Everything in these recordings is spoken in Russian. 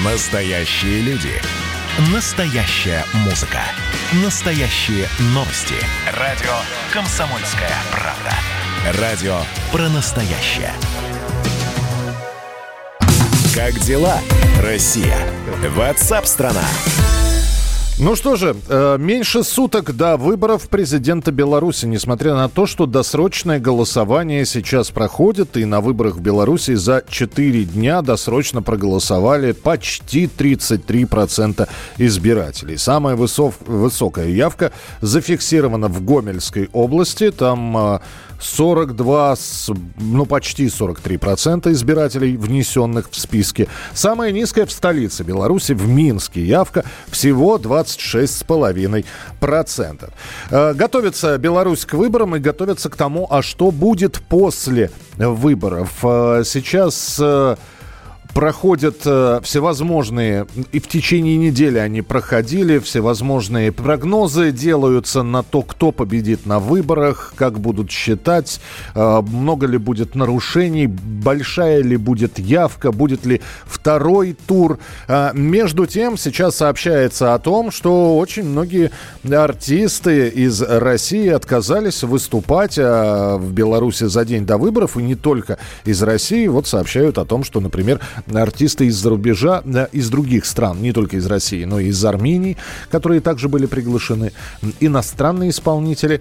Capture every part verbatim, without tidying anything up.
Настоящие люди. Настоящая музыка. Настоящие новости. Радио «Комсомольская правда». Радио про настоящее. Как дела, Россия? Ватсап-страна! Ну что же, э, меньше суток до выборов президента Беларуси, несмотря на то, что досрочное голосование сейчас проходит, и на выборах в Беларуси за четыре дня досрочно проголосовали почти тридцать три процента избирателей. Самая высов, высокая явка зафиксирована в Гомельской области, там э, сорок два, ну почти сорок три процента избирателей, внесенных в списки. Самая низкая в столице Беларуси, в Минске, явка всего двадцать шесть целых пять десятых процента. Э, готовится Беларусь к выборам и готовится к тому, а что будет после выборов. Э, сейчас... Э, Проходят э, всевозможные, и в течение недели они проходили, всевозможные прогнозы делаются на то, кто победит на выборах, как будут считать, э, много ли будет нарушений, большая ли будет явка, будет ли второй тур. Э, между тем, сейчас сообщается о том, что очень многие артисты из России отказались выступать э, в Беларуси за день до выборов, и не только из России. Вот сообщают о том, что, например, артисты из-за рубежа, да, из других стран, не только из России, но и из Армении, которые также были приглашены, иностранные исполнители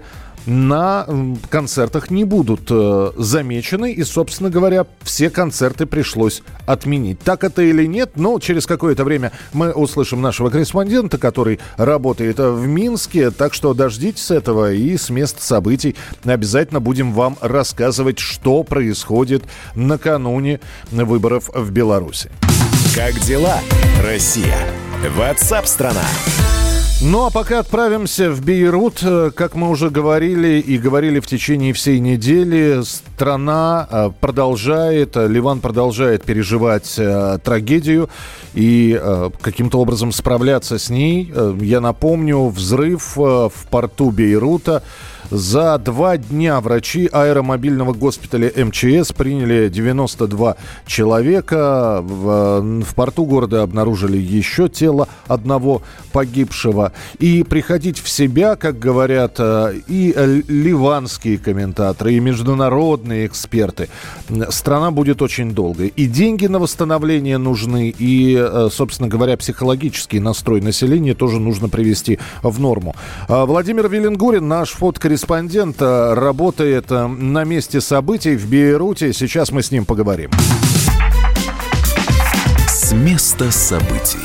на концертах не будут э, замечены. И, собственно говоря, все концерты пришлось отменить. Так это или нет, но через какое-то время мы услышим нашего корреспондента, который работает в Минске. Так что дождитесь этого, и с места событий обязательно будем вам рассказывать, что происходит накануне выборов в Беларуси. Как дела, Россия? Ватсап-страна! Ну а пока отправимся в Бейрут. Как мы уже говорили и говорили в течение всей недели, страна продолжает, Ливан продолжает переживать э, трагедию и э, каким-то образом справляться с ней. Я напомню, взрыв э, в порту Бейрута. За два дня врачи аэромобильного госпиталя эм че эс приняли девяносто два человека. В, в порту города обнаружили еще тело одного погибшего. И приходить в себя, как говорят и ливанские комментаторы, и международные эксперты, страна будет очень долго. И деньги на восстановление нужны, и, собственно говоря, психологический настрой населения тоже нужно привести в норму. Владимир Велингурин, наш фотокорреспондент, Корреспондент, работает на месте событий в Бейруте. Сейчас мы с ним поговорим. С места событий.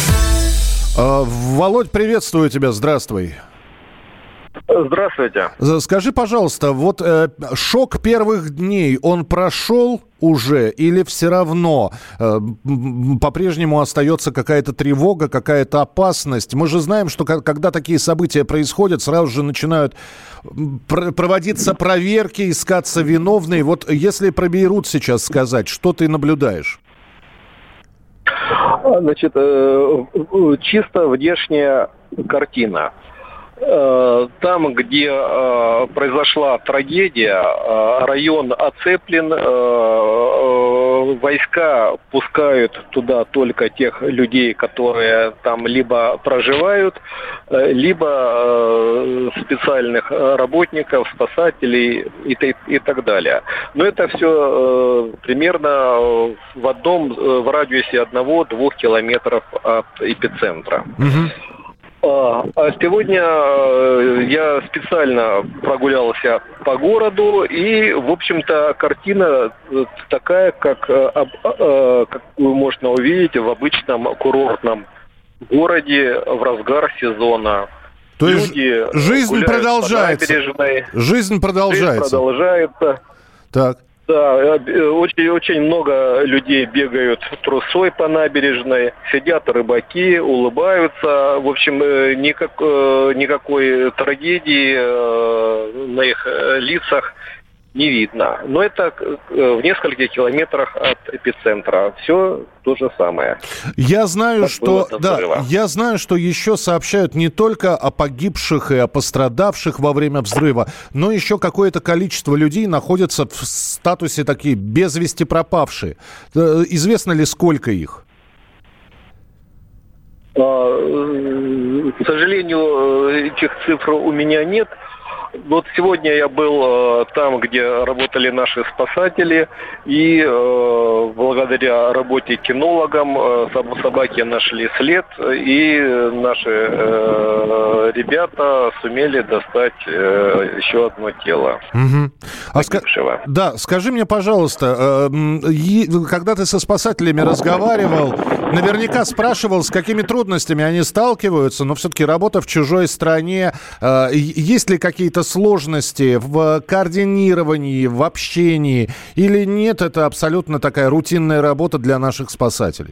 Володь, приветствую тебя. Здравствуй. Здравствуйте. Скажи, пожалуйста, вот э, шок первых дней, он прошел уже или все равно э, по-прежнему остается какая-то тревога, какая-то опасность? Мы же знаем, что к- когда такие события происходят, сразу же начинают пр- проводиться проверки, искаться виновные. Вот если про Бейрут сейчас сказать, что ты наблюдаешь? Значит, э, чисто внешняя картина. Там, где э, произошла трагедия, э, район оцеплен, э, э, войска пускают туда только тех людей, которые там либо проживают, э, либо э, специальных работников, спасателей и, и так далее. Но это все э, примерно в одном, в радиусе одного-двух километров от эпицентра. Mm-hmm. А сегодня я специально прогулялся по городу, и, в общем-то, картина такая, как, какую можно увидеть в обычном курортном городе в разгар сезона. То есть люди жизнь продолжается. Жизнь продолжается. Жизнь продолжается. Так. Да, очень, очень много людей бегают трусой по набережной, сидят рыбаки, улыбаются. В общем, никак, никакой трагедии на их лицах не видно. Но это в нескольких километрах от эпицентра. Все то же самое. Я знаю, как что да, я знаю, что еще сообщают не только о погибших и о пострадавших во время взрыва, но еще какое-то количество людей находятся в статусе такие без вести пропавшие. Известно ли, сколько их? К сожалению, этих цифр у меня нет. Вот сегодня я был э, там, где работали наши спасатели, и э, благодаря работе кинологам э, собаки нашли след, и наши э, ребята сумели достать э, еще одно тело. Угу. А ска- да, скажи мне, пожалуйста, э, е- когда ты со спасателями разговаривал, наверняка спрашивал, с какими трудностями они сталкиваются, но все-таки работа в чужой стране, э, есть ли какие-то сложности в координировании, в общении, или нет, это абсолютно такая рутинная работа для наших спасателей?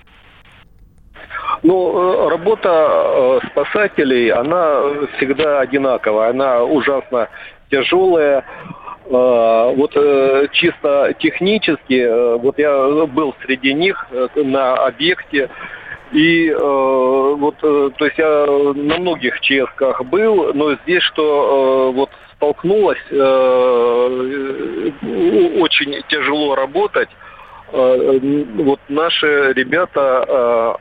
Ну, работа спасателей, она всегда одинаковая, она ужасно тяжелая. Вот чисто технически, вот я был среди них на объекте, и э, вот, э, то есть я на многих ЧСКах был, но здесь что э, вот столкнулось, э, очень тяжело работать. Э, вот наши ребята э,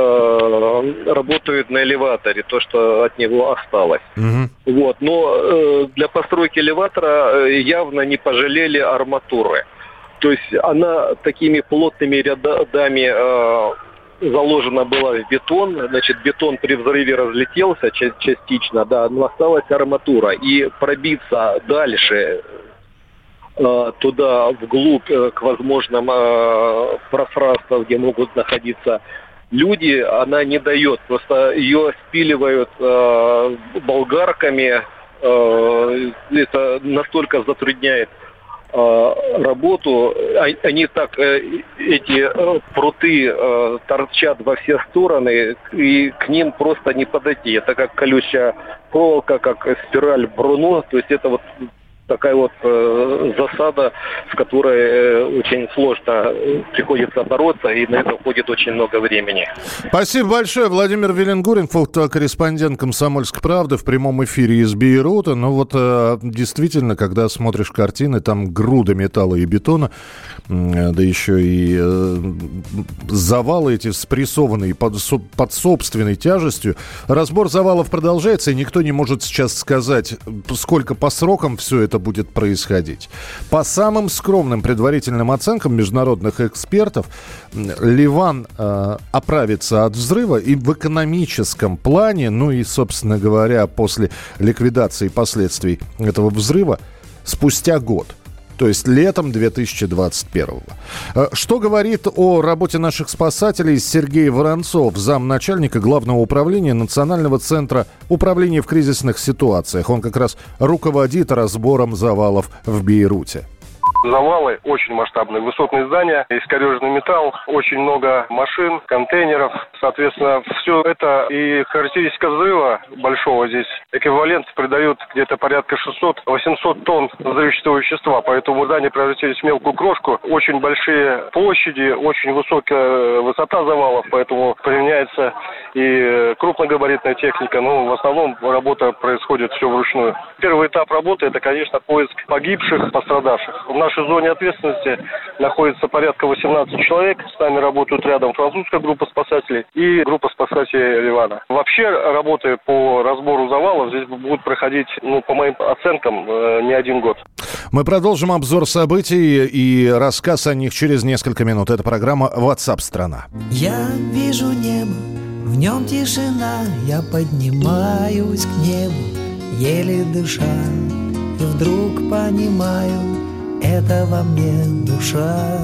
э, работают на элеваторе, то, что от него осталось. Mm-hmm. Вот, но э, для постройки элеватора явно не пожалели арматуры. То есть она такими плотными рядами э, заложена была в бетон, значит, бетон при взрыве разлетелся частично, да, но осталась арматура. И пробиться дальше э, туда, вглубь, э, к возможным э, пространствам, где могут находиться люди, она не дает. Просто ее спиливают э, болгарками, э, это настолько затрудняет работу. Они так, эти пруты торчат во все стороны, и к ним просто не подойти. Это как колючая проволока, как спираль Бруно, то есть это вот такая вот э, засада, с которой э, очень сложно приходится бороться, и на это уходит очень много времени. Спасибо большое. Владимир Веленгурин, фотокорреспондент «Комсомольской правды» в прямом эфире из Бейрута. Ну вот э, действительно, когда смотришь картины, там груда металла и бетона, э, да еще и э, завалы эти спрессованные под, под собственной тяжестью. Разбор завалов продолжается, и никто не может сейчас сказать, сколько по срокам все это будет происходить. По самым скромным предварительным оценкам международных экспертов, Ливан э, оправится от взрыва и в экономическом плане, ну и, собственно говоря, после ликвидации последствий этого взрыва спустя год. То есть летом две тысячи двадцать первого. Что говорит о работе наших спасателей Сергей Воронцов, замначальника Главного управления Национального центра управления в кризисных ситуациях. Он как раз руководит разбором завалов в Бейруте. Завалы очень масштабные, высотные здания, искореженный металл, очень много машин, контейнеров. Соответственно, все это и характеристика взрыва большого здесь, эквивалент придают где-то порядка шестьсот-восемьсот тонн взрывчатого вещества. Поэтому здания превратились в мелкую крошку. Очень большие площади, очень высокая высота завалов, поэтому применяется и крупногабаритная техника. Но в основном работа происходит все вручную. Первый этап работы – это, конечно, поиск погибших, пострадавших. В нашей зоне ответственности находится порядка восемнадцать человек. С нами работают рядом французская группа спасателей и группа спасателей Ливана. Вообще работы по разбору завалов здесь будут проходить, ну, по моим оценкам, не один год. Мы продолжим обзор событий и рассказ о них через несколько минут. Это программа WhatsApp страна. Я вижу небо, в нем тишина, я поднимаюсь к небу, еле дыша, и вдруг понимаю, это во мне душа.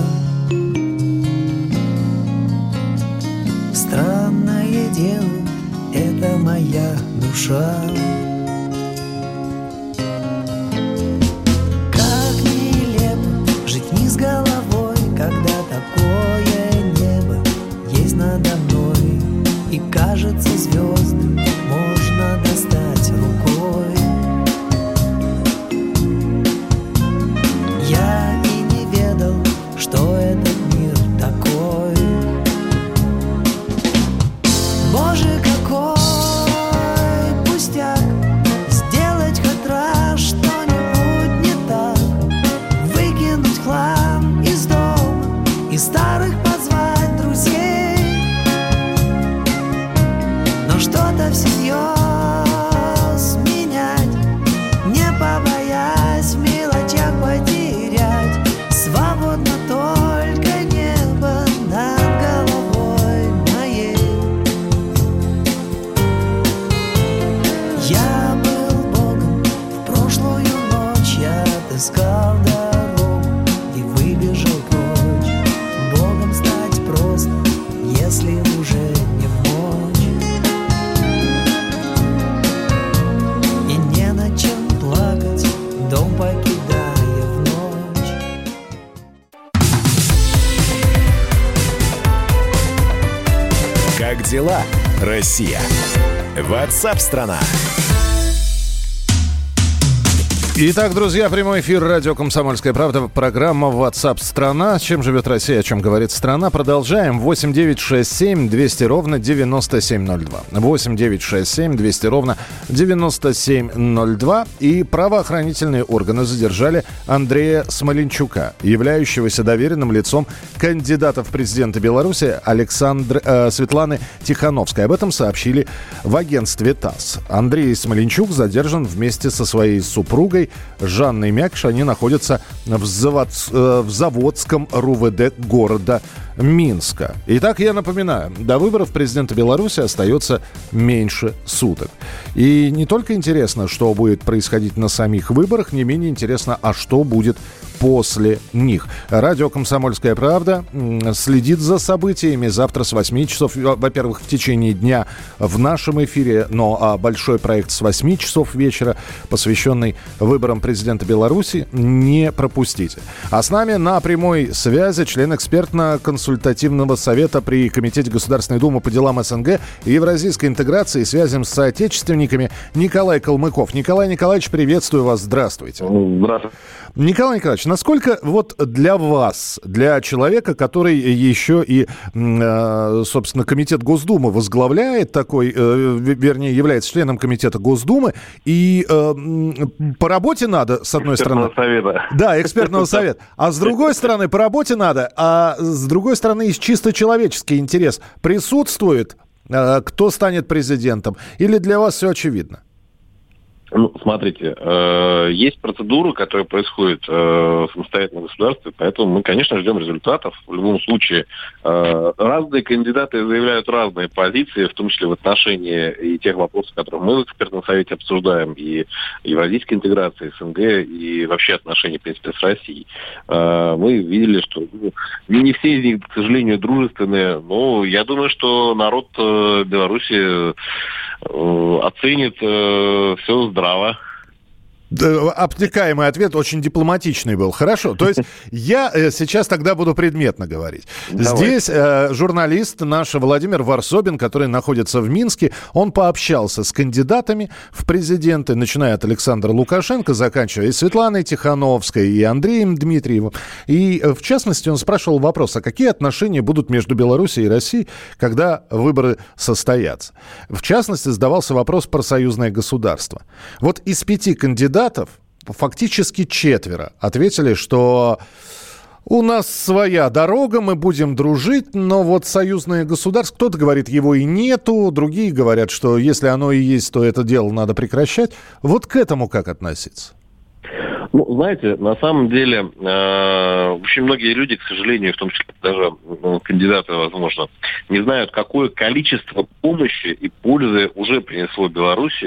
Странное дело, это моя душа. Как нелепо жить не с головой, когда такое небо есть надо мной, и кажется, звезды можно достать рукой. Я и не ведал, что этот мир такой. Боже, какой пустяк Как дела, Россия? WhatsApp-страна. Итак, друзья, прямой эфир радио «Комсомольская правда», программа WhatsApp страна. Чем живет Россия, о чем говорит страна. Продолжаем. восемь девять шесть семь двести ровно девяносто семь ноль два. восемь девять шесть семь двести ровно девяносто семь ноль два. И правоохранительные органы задержали Андрея Смоленчука, являющегося доверенным лицом кандидата в президенты Беларуси Александр, э, Светланы Тихановской. Об этом сообщили в агентстве ТАСС. Андрей Смоленчук задержан вместе со своей супругой Жанной Мякиш. Они находятся в, завод, э, в Заводском РУВД города Минска. Итак, я напоминаю, до выборов президента Беларуси остается меньше суток. И не только интересно, что будет происходить на самих выборах, не менее интересно, а что будет после них. Радио «Комсомольская правда» следит за событиями. Завтра с восьми часов, во-первых, в течение дня в нашем эфире, но а большой проект с восьми часов вечера, посвященный выборам президента Беларуси, не пропустите. А с нами на прямой связи член экспертно-консультативного совета при Комитете Государственной Думы по делам СНГ и евразийской интеграции и связям с соотечественниками Николай Калмыков. Николай Николаевич, приветствую вас. Здравствуйте. Здравствуйте. Николай Николаевич, насколько вот для вас, для человека, который еще и, собственно, Комитет Госдумы возглавляет такой, вернее, является членом Комитета Госдумы, и по работе надо, с одной стороны... Совета. Да, экспертного совета. А с другой стороны, по работе надо, а с другой стороны, есть чисто человеческий интерес. Присутствует, кто станет президентом? Или для вас все очевидно? Ну, смотрите, э, есть процедура, которая происходит э, в самостоятельном государстве, поэтому мы, конечно, ждем результатов. В любом случае, э, разные кандидаты заявляют разные позиции, в том числе в отношении и тех вопросов, которые мы в экспертном совете обсуждаем, и евразийской интеграции, СНГ, и вообще отношения, в принципе, с Россией. Э, мы видели, что ну, не все из них, к сожалению, дружественные, но я думаю, что народ э, Беларуси оценит э, все здраво. Обтекаемый ответ, очень дипломатичный был. Хорошо, то есть я сейчас тогда буду предметно говорить. Давай. Здесь э, журналист наш Владимир Варсобин, который находится в Минске, он пообщался с кандидатами в президенты, начиная от Александра Лукашенко, заканчивая и Светланой Тихановской, и Андреем Дмитриевым. И, в частности, он спрашивал вопрос, а какие отношения будут между Беларусью и Россией, когда выборы состоятся? В частности, задавался вопрос про союзное государство. Вот из пяти кандидатов фактически четверо ответили, что у нас своя дорога, мы будем дружить, но вот союзное государство, кто-то говорит, его и нету, другие говорят, что если оно и есть, то это дело надо прекращать. Вот к этому как относиться? Ну, знаете, на самом деле, э, очень многие люди, к сожалению, в том числе даже ну, кандидаты, возможно, не знают, какое количество помощи и пользы уже принесло Беларуси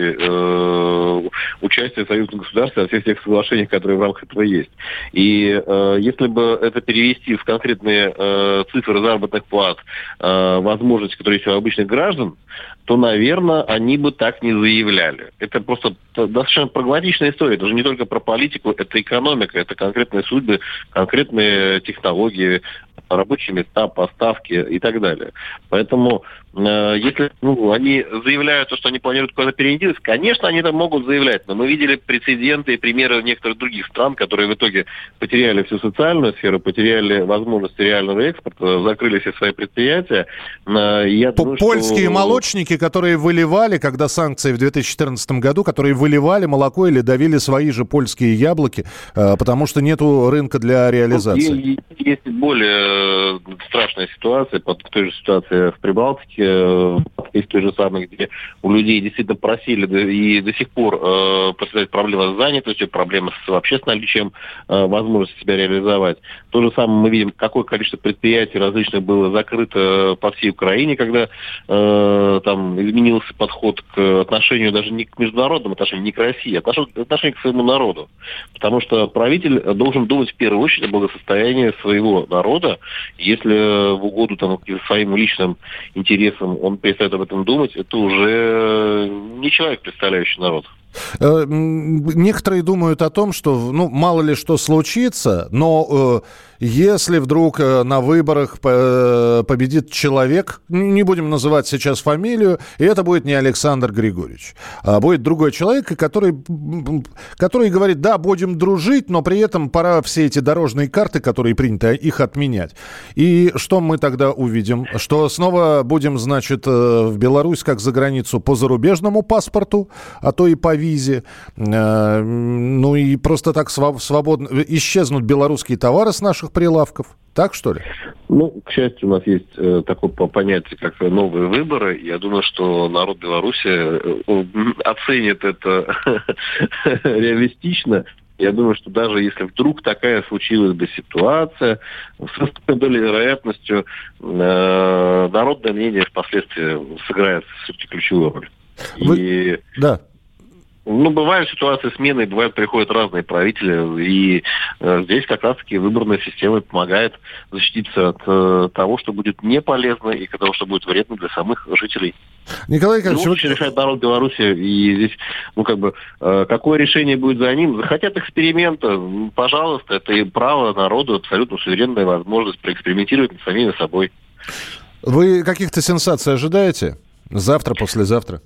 э, участие в союзном государстве во всех тех соглашениях, которые в рамках этого есть. И э, если бы это перевести в конкретные э, цифры заработных плат, э, возможности, которые есть у обычных граждан, то, наверное, они бы так не заявляли. Это просто достаточно прагматичная история. Это же не только про политику, это экономика, это конкретные судьбы, конкретные технологии, рабочие места, поставки и так далее. Поэтому, э, если ну, они заявляют, что они планируют куда-то переориентироваться, конечно, они это могут заявлять, но мы видели прецеденты и примеры некоторых других стран, которые в итоге потеряли всю социальную сферу, потеряли возможности реального экспорта, закрыли все свои предприятия. Э, я думаю, Польские что... молочники, которые выливали, когда санкции в две тысячи четырнадцатом году, которые выливали молоко или давили свои же польские яблоки, э, потому что нету рынка для реализации. Есть, есть более страшная ситуация, под той же ситуации в Прибалтике, есть той же самой, где у людей действительно просили и до сих пор э, представляют проблемы с занятостью, проблемы с, вообще с наличием э, возможности себя реализовать. То же самое мы видим, какое количество предприятий различных было закрыто по всей Украине, когда э, там изменился подход к отношению даже не к международным отношениям, не к России, а отношению к своему народу. Потому что правитель должен думать в первую очередь о благосостоянии своего народа. Если в угоду там, своим личным интересам он перестает об этом думать, это уже не человек, представляющий народ. Некоторые думают о том, что ну, мало ли что случится, но э, если вдруг на выборах победит человек, не будем называть сейчас фамилию, и это будет не Александр Григорьевич, а будет другой человек, который, который говорит, да, будем дружить, но при этом пора все эти дорожные карты, которые принято, их отменять. И что мы тогда увидим? Что снова будем, значит, в Беларусь, как за границу, по зарубежному паспорту, а то и по визе. Ну и просто так свободно исчезнут белорусские товары с наших прилавков. Так, что ли? Ну, к счастью, у нас есть э, такое понятие, как новые выборы. Я думаю, что народ Беларуси э, оценит это реалистично. Я думаю, что даже если вдруг такая случилась бы ситуация, с высокой долей вероятностью э, народное мнение впоследствии сыграет все-таки ключевую роль. Вы... И... Да. Ну, бывают ситуации смены, бывают, приходят разные правители, и э, здесь как раз-таки выборная система помогает защититься от э, того, что будет не полезно, и от того, что будет вредно для самых жителей. Николай Николаевич, вы... решает народ Беларуси, и здесь, ну, как бы, э, какое решение будет за ним. Захотят эксперимента, пожалуйста, это и право народу, абсолютно суверенная возможность проэкспериментировать над самими собой. Вы каких-то сенсаций ожидаете? Завтра, послезавтра?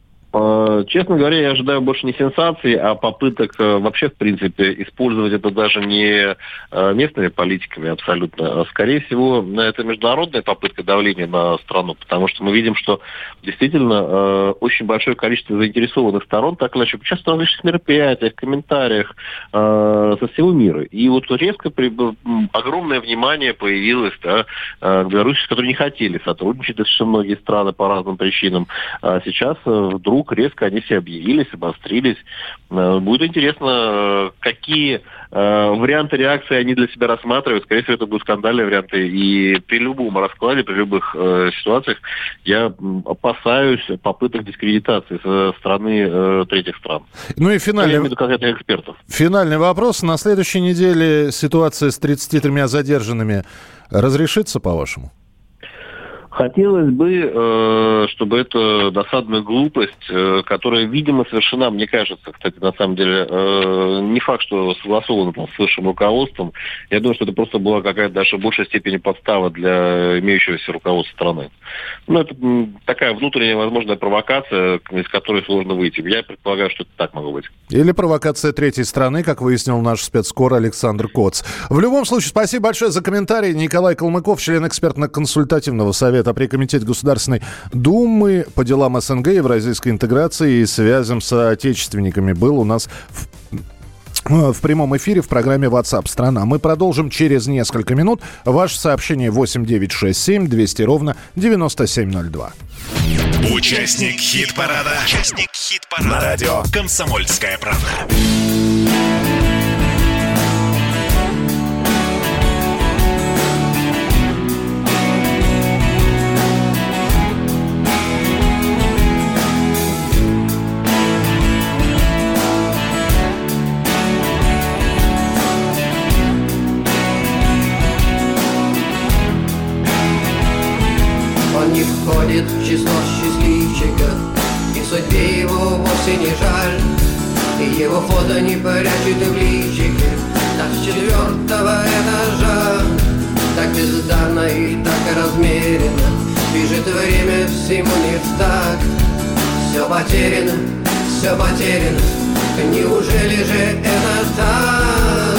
Честно говоря, я ожидаю больше не сенсаций, а попыток вообще, в принципе, использовать это даже не местными политиками абсолютно. Скорее всего, это международная попытка давления на страну, потому что мы видим, что действительно очень большое количество заинтересованных сторон так или иначе участвуют в различных мероприятиях, комментариях со всего мира. И вот резко огромное внимание появилось, да, к Беларуси, с которой не хотели сотрудничать достаточно многие страны по разным причинам. А сейчас вдруг резко они все объявились, обострились. Будет интересно, какие варианты реакции они для себя рассматривают. Скорее всего, это будут скандальные варианты. И при любом раскладе, при любых э, ситуациях я опасаюсь попыток дискредитации со стороны э, третьих стран. Ну и финальный... Я имею в виду конкретных экспертов. Финальный вопрос. На следующей неделе ситуация с тридцатью тремя задержанными разрешится, по-вашему? Хотелось бы, чтобы эта досадная глупость, которая, видимо, совершена, мне кажется, кстати, на самом деле, не факт, что согласована там с высшим руководством. Я думаю, что это просто была какая-то даже в большей степени подстава для имеющегося руководства страны. Ну, это такая внутренняя, возможная провокация, из которой сложно выйти. Я предполагаю, что это так могло быть. Или провокация третьей страны, как выяснил наш спецкор Александр Коц. В любом случае, спасибо большое за комментарий. Николай Калмыков, член экспертно-консультативного совета при Комитете Государственной Думы по делам СНГ, евразийской интеграции и связям с соотечественниками, был у нас в, в прямом эфире в программе WhatsApp страна. Мы продолжим через несколько минут. Ваше сообщение восемь девятьсот шестьдесят семь двести ровно девяносто семь ноль два. Участник хит-парада. Участник хит-парада. На радио «Комсомольская правда». Входит в число счастливчиков, и судьбе его вовсе не жаль, и его фото не прячет в личике, так с четвертого этажа. Так бездарно и так размеренно бежит время, всему не так. Все потеряно, все потеряно, неужели же это так?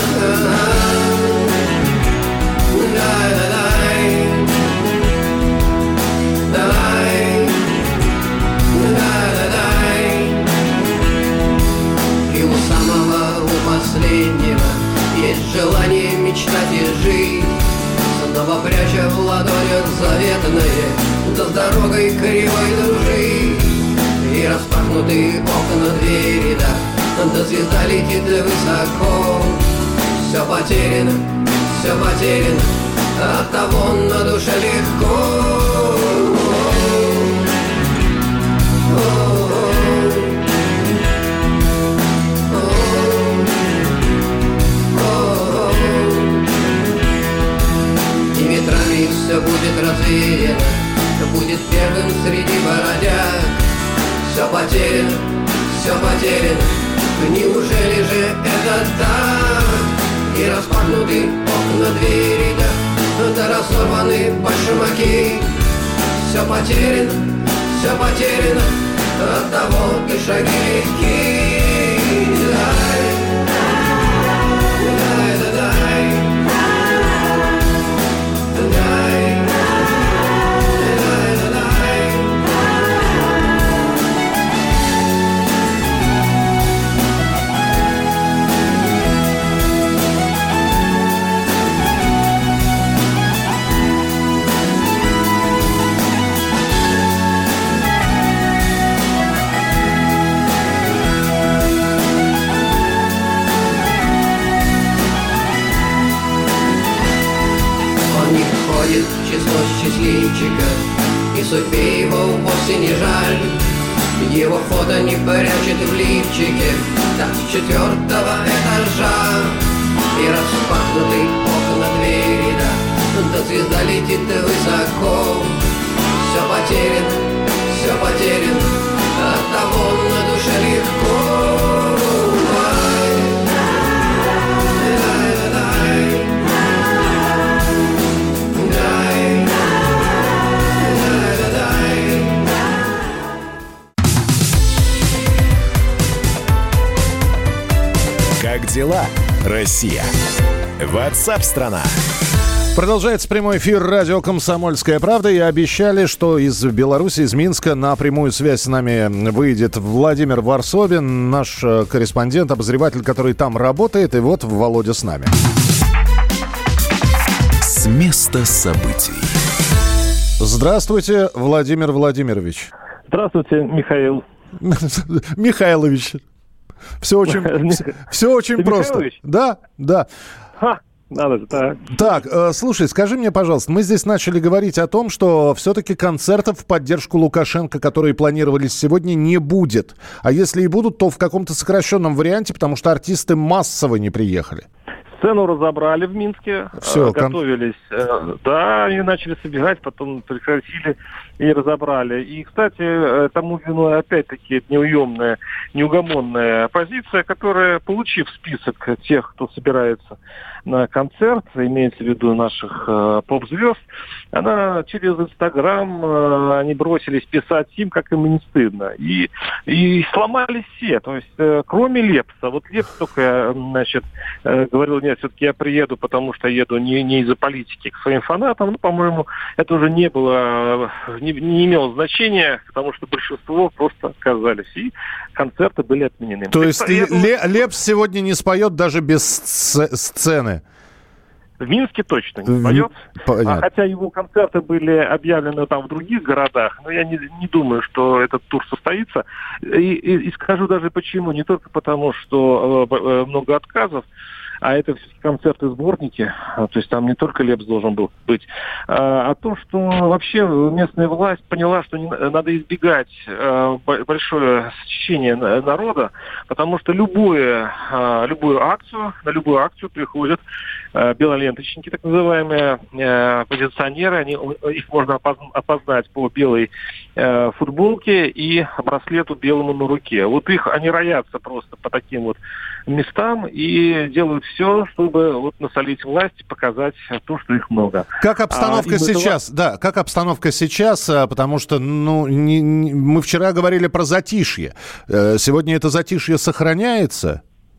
Да-да-да. Давай, да-да-дай. И у самого, у последнего есть желание мечтать и жить, снова пряча в ладонях заветное, да с дорогой кривой дружить. И распахнутые окна двери, да, да звезда летит высоко. Все потеряно, все потеряно, оттого на душе легко. И ветрами все будет развеяно, будет первым среди бродяг. Все потеряно, все потеряно, неужели же это так? И распахнуты окна, двери, да, да разорваны башмаки. Все потеряно, все потеряно, оттого ты шаги легки. Дай, дай, да дай, дай, дай, да дай. Входит в число счастливчика, и судьбе его вовсе не жаль. Его фото не прячет в лифчике, так с четвертого этажа. И распахнуты окна, двери, да, да звезда летит высоко. Все потеряно, все потеряно, оттого на душе легко. Как дела, Россия? WhatsApp-страна. Продолжается прямой эфир радио «Комсомольская правда». И обещали, что из Беларуси, из Минска на прямую связь с нами выйдет Владимир Варсобин, наш корреспондент, обозреватель, который там работает. И вот Володя с нами. С места событий. Здравствуйте, Владимир Владимирович. Здравствуйте, Михаил. Михайлович. Все очень, все очень просто. Да, да. Ха, надо же, так. Так, э, слушай, скажи мне, пожалуйста, мы здесь начали говорить о том, что все-таки концертов в поддержку Лукашенко, которые планировались сегодня, не будет. А если и будут, то в каком-то сокращенном варианте, потому что артисты массово не приехали. Сцену разобрали в Минске, Все, готовились, кон... да, и начали собирать, потом прекратили и разобрали. И, кстати, тому виной опять-таки неуемная, неугомонная оппозиция, которая, получив список тех, кто собирается на концерт, имеется в виду наших э, поп-звезд, она через Инстаграм, э, они бросились писать им, как им не стыдно. И, и сломались все, то есть э, кроме Лепса. Вот Лепс только, значит, э, говорил, нет, все-таки я приеду, потому что еду не, не из-за политики к своим фанатам. Ну, по-моему, это уже не было, не, не имело значения, потому что большинство просто отказались. И концерты были отменены. То есть Ле- Ле- Лепс сегодня не споет даже без сц- сцены? В Минске точно не поет. А, хотя его концерты были объявлены там в других городах, но я не, не думаю, что этот тур состоится. И, и, и скажу даже почему. Не только потому, что э, много отказов, а это все-таки концерты-сборники, то есть там не только Лепс должен был быть, а, а то, что вообще местная власть поняла, что не, надо избегать а, большое сочетание народа, потому что любую, а, любую акцию, на любую акцию приходят а, белоленточники, так называемые, а, позиционеры, они, их можно опознать по белой а, футболке и браслету белому на руке. Вот их, они роятся просто по таким вот местам и делают все, чтобы вот насолить власть, показать то, что их много. Как обстановка а, сейчас? Этого... Да, как обстановка сейчас, потому что, ну, не, не, мы вчера говорили про затишье. Сегодня это затишье сохраняется?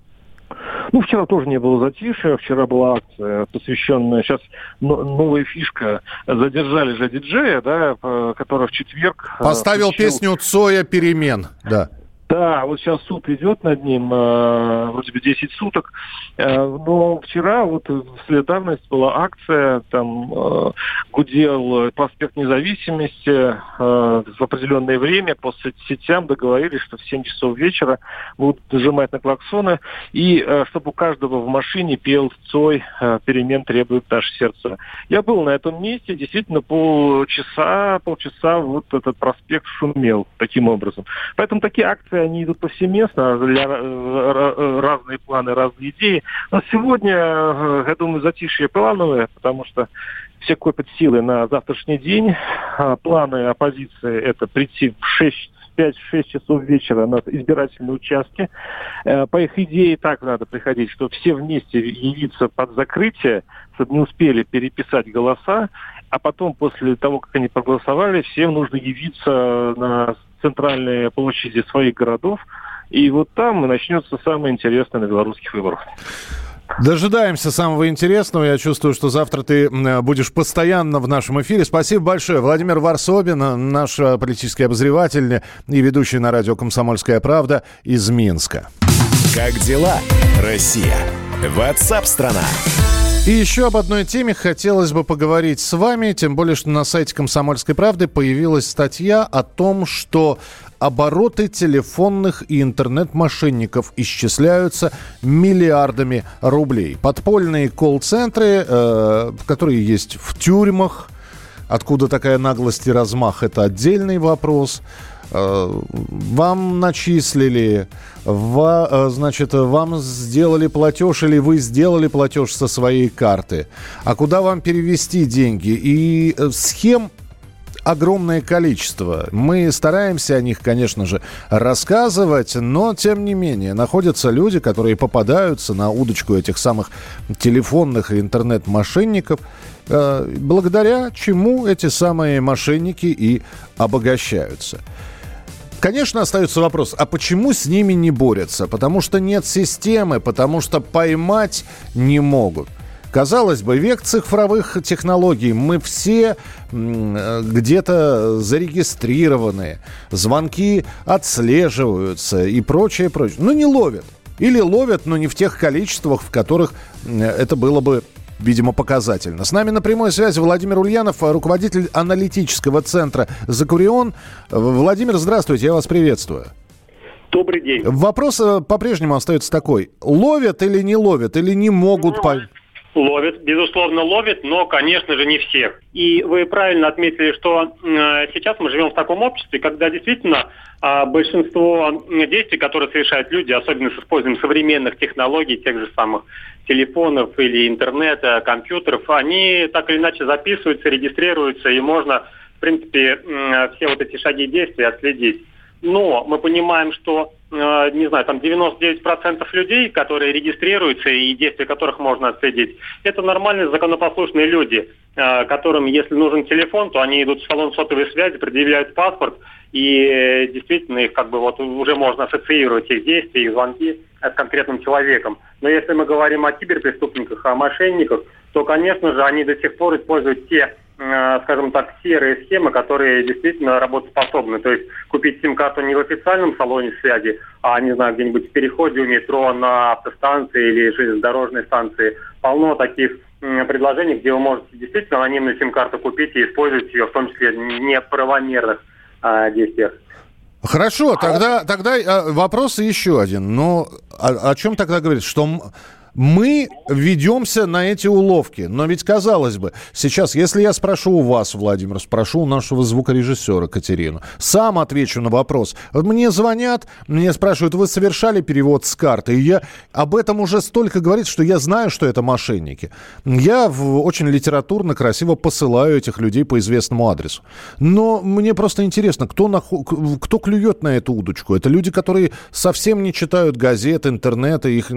Ну, вчера тоже не было затишья, вчера была акция, посвященная, сейчас новая фишка, задержали же диджея, да, который в четверг... Поставил включил... песню Цоя «Перемен», да. Да, вот сейчас суд идет над ним, э, вроде бы десять суток, э, но вчера вот в солидарность была акция, там э, гудел проспект Независимости, э, в определенное время по соцсетям договорились, что в семь часов вечера будут нажимать на клаксоны, и э, чтобы у каждого в машине пел Цой э, «Перемен требует наше сердце». Я был на этом месте, действительно полчаса, полчаса вот этот проспект шумел таким образом. Поэтому такие акции они идут повсеместно, для, разные планы, разные идеи. Но сегодня, я думаю, затишье плановое, потому что все копят силы на завтрашний день. Планы оппозиции — это прийти в шесть пять-шесть часов вечера на избирательные участки. По их идее так надо приходить, что все вместе явиться под закрытие, чтобы не успели переписать голоса, а потом, после того, как они проголосовали, всем нужно явиться на центральные площади своих городов, и вот там начнется самое интересное на белорусских выборах. Дожидаемся самого интересного. Я чувствую, что завтра ты будешь постоянно в нашем эфире. Спасибо большое. Владимир Варсобин, наш политический обозреватель и ведущий на радио «Комсомольская правда» из Минска. Как дела, Россия? Ватсап-страна! И еще об одной теме хотелось бы поговорить с вами, тем более, что на сайте «Комсомольской правды» появилась статья о том, что обороты телефонных и интернет-мошенников исчисляются миллиардами рублей. Подпольные колл-центры, э, которые есть в тюрьмах, откуда такая наглость и размах, это отдельный вопрос. Вам начислили, ва, значит, вам сделали платеж или вы сделали платеж со своей карты. А куда вам перевести деньги? И схем огромное количество. Мы стараемся о них, конечно же, рассказывать, но, тем не менее, находятся люди, которые попадаются на удочку этих самых телефонных и интернет-мошенников, благодаря чему эти самые мошенники и обогащаются. Конечно, остается вопрос, а почему с ними не борются? Потому что нет системы, потому что поймать не могут. Казалось бы, век цифровых технологий, мы все где-то зарегистрированы, звонки отслеживаются и прочее, прочее. Но не ловят. Или ловят, но не в тех количествах, в которых это было бы, видимо, показательно. С нами на прямой связи Владимир Ульянов, руководитель аналитического центра «Закурион». Владимир, здравствуйте, я вас приветствую. Добрый день. Вопрос по-прежнему остается такой. Ловят или не ловят, или не могут... Ну, ловят, безусловно, ловят, но, конечно же, не всех. И вы правильно отметили, что э, сейчас мы живем в таком обществе, когда действительно э, большинство действий, которые совершают люди, особенно с использованием современных технологий, тех же самых телефонов или интернета, компьютеров, они так или иначе записываются, регистрируются, и можно, в принципе, э, все вот эти шаги действий отследить. Но мы понимаем, что, э, не знаю, там девяносто девять процентов людей, которые регистрируются и действия которых можно отследить, это нормальные законопослушные люди, э, которым, если нужен телефон, то они идут в салон сотовой связи, предъявляют паспорт, и э, действительно их как бы вот уже можно ассоциировать, их действия, их звонки с конкретным человеком. Но если мы говорим о киберпреступниках, о мошенниках, то, конечно же, они до сих пор используют те, скажем так, серые схемы, которые действительно работоспособны. То есть купить сим-карту не в официальном салоне связи, а, не знаю, где-нибудь в переходе у метро, на автостанции или железнодорожной станции. Полно таких предложений, где вы можете действительно анонимную сим-карту купить и использовать ее, в том числе в неправомерных а, действиях. Хорошо, тогда, тогда вопрос еще один. Но о, о чем тогда говорить? Что... Мы ведемся на эти уловки. Но ведь, казалось бы, сейчас, если я спрошу у вас, Владимир, спрошу у нашего звукорежиссера Катерину, сам отвечу на вопрос. Мне звонят, мне спрашивают, вы совершали перевод с карты? И я об этом уже столько говорит, что я знаю, что это мошенники. Я в, очень литературно, красиво посылаю этих людей по известному адресу. Но мне просто интересно, кто, наху... кто клюет на эту удочку? Это люди, которые совсем не читают газет, интернета, их...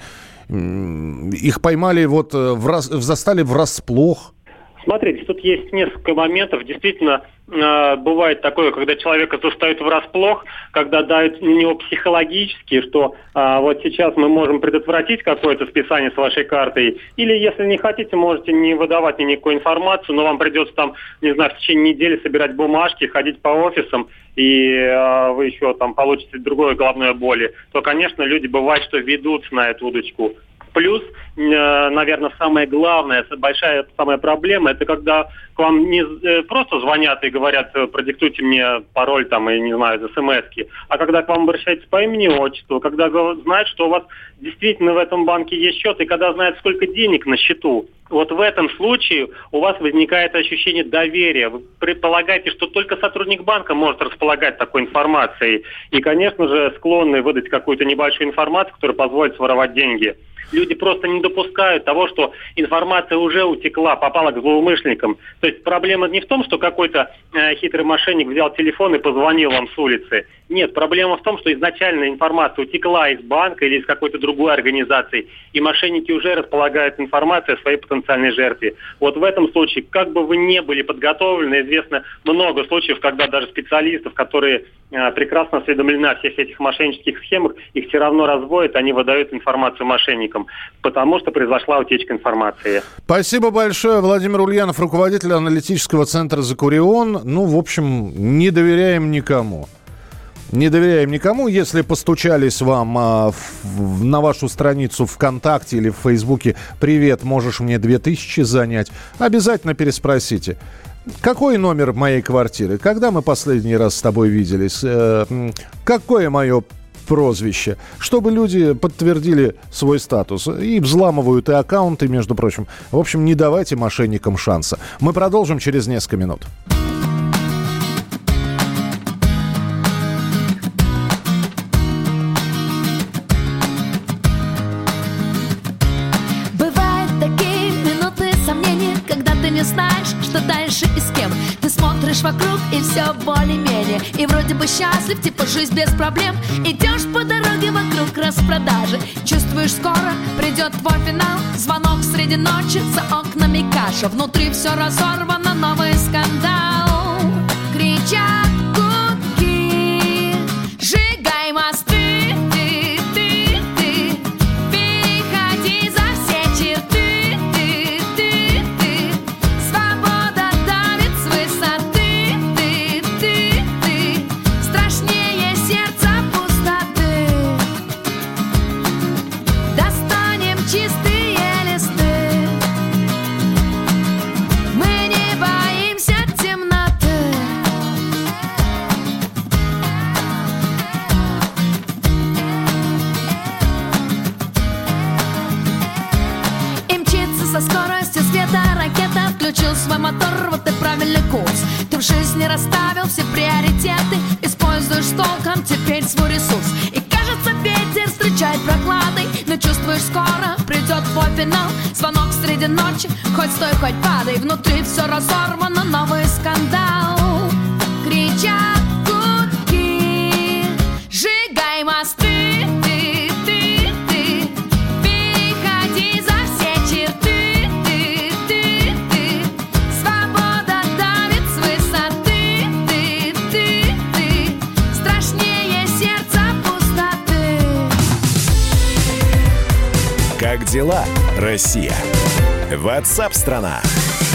Их поймали, вот, в раз, застали врасплох. Смотрите, тут есть несколько моментов. Действительно, э, бывает такое, когда человека застают врасплох, когда дают на него психологически, что э, вот сейчас мы можем предотвратить какое-то списание с вашей картой. Или, если не хотите, можете не выдавать мне никакую информацию, но вам придется там, не знаю, в течение недели собирать бумажки, ходить по офисам, и э, вы еще там получите другое головной боли. То, конечно, люди бывает, что ведутся на эту удочку. Плюс, э, наверное, самое главное, большая самая проблема, это когда к вам не э, просто звонят и говорят, продиктуйте мне пароль там, и не знаю, из смс-ки, а когда к вам обращаются по имени и отчеству, когда знают, что у вас действительно в этом банке есть счет, и когда знают, сколько денег на счету. Вот в этом случае у вас возникает ощущение доверия. Вы предполагаете, что только сотрудник банка может располагать такой информацией. И, конечно же, склонны выдать какую-то небольшую информацию, которая позволит своровать деньги. Люди просто не допускают того, что информация уже утекла, попала к злоумышленникам. То есть проблема не в том, что какой-то э, хитрый мошенник взял телефон и позвонил вам с улицы. Нет, проблема в том, что изначально информация утекла из банка или из какой-то другой организации, и мошенники уже располагают информацией о своей потенциальной жертве. Вот в этом случае, как бы вы не были подготовлены, известно много случаев, когда даже специалистов, которые э, прекрасно осведомлены о всех этих мошеннических схемах, их все равно разводят, они выдают информацию мошенникам, потому что произошла утечка информации. Спасибо большое. Владимир Ульянов, руководитель аналитического центра «Закурион». Ну, в общем, не доверяем никому. Не доверяем никому. Если постучались вам а, в, на вашу страницу ВКонтакте или в Фейсбуке: «Привет, можешь мне две тысячи занять?», обязательно переспросите: какой номер моей квартиры? Когда мы последний раз с тобой виделись? Э, какое мое прозвище? Чтобы люди подтвердили свой статус. И взламывают и аккаунты, между прочим. В общем, не давайте мошенникам шанса. Мы продолжим через несколько минут. Не знаешь, что дальше и с кем. Ты смотришь вокруг, и все более-менее. И вроде бы счастлив, типа жизнь без проблем. Идешь по дороге вокруг распродажи. Чувствуешь, скоро придет твой финал. Звонок среди ночи, за окнами каша. Внутри все разорвано, новый скандал. Кричат гудки, сжигай мосты. Включил свой мотор, вот и правильный курс. Ты в жизни расставил все приоритеты, используешь с толком теперь свой ресурс. И кажется, ветер встречает прохладой, но чувствуешь, скоро придет твой финал. Звонок среди ночи, хоть стой, хоть падай. Внутри все разорвано, новый скандал. Кричат гудки, сжигай мосты. Как дела, Россия? WhatsApp-страна.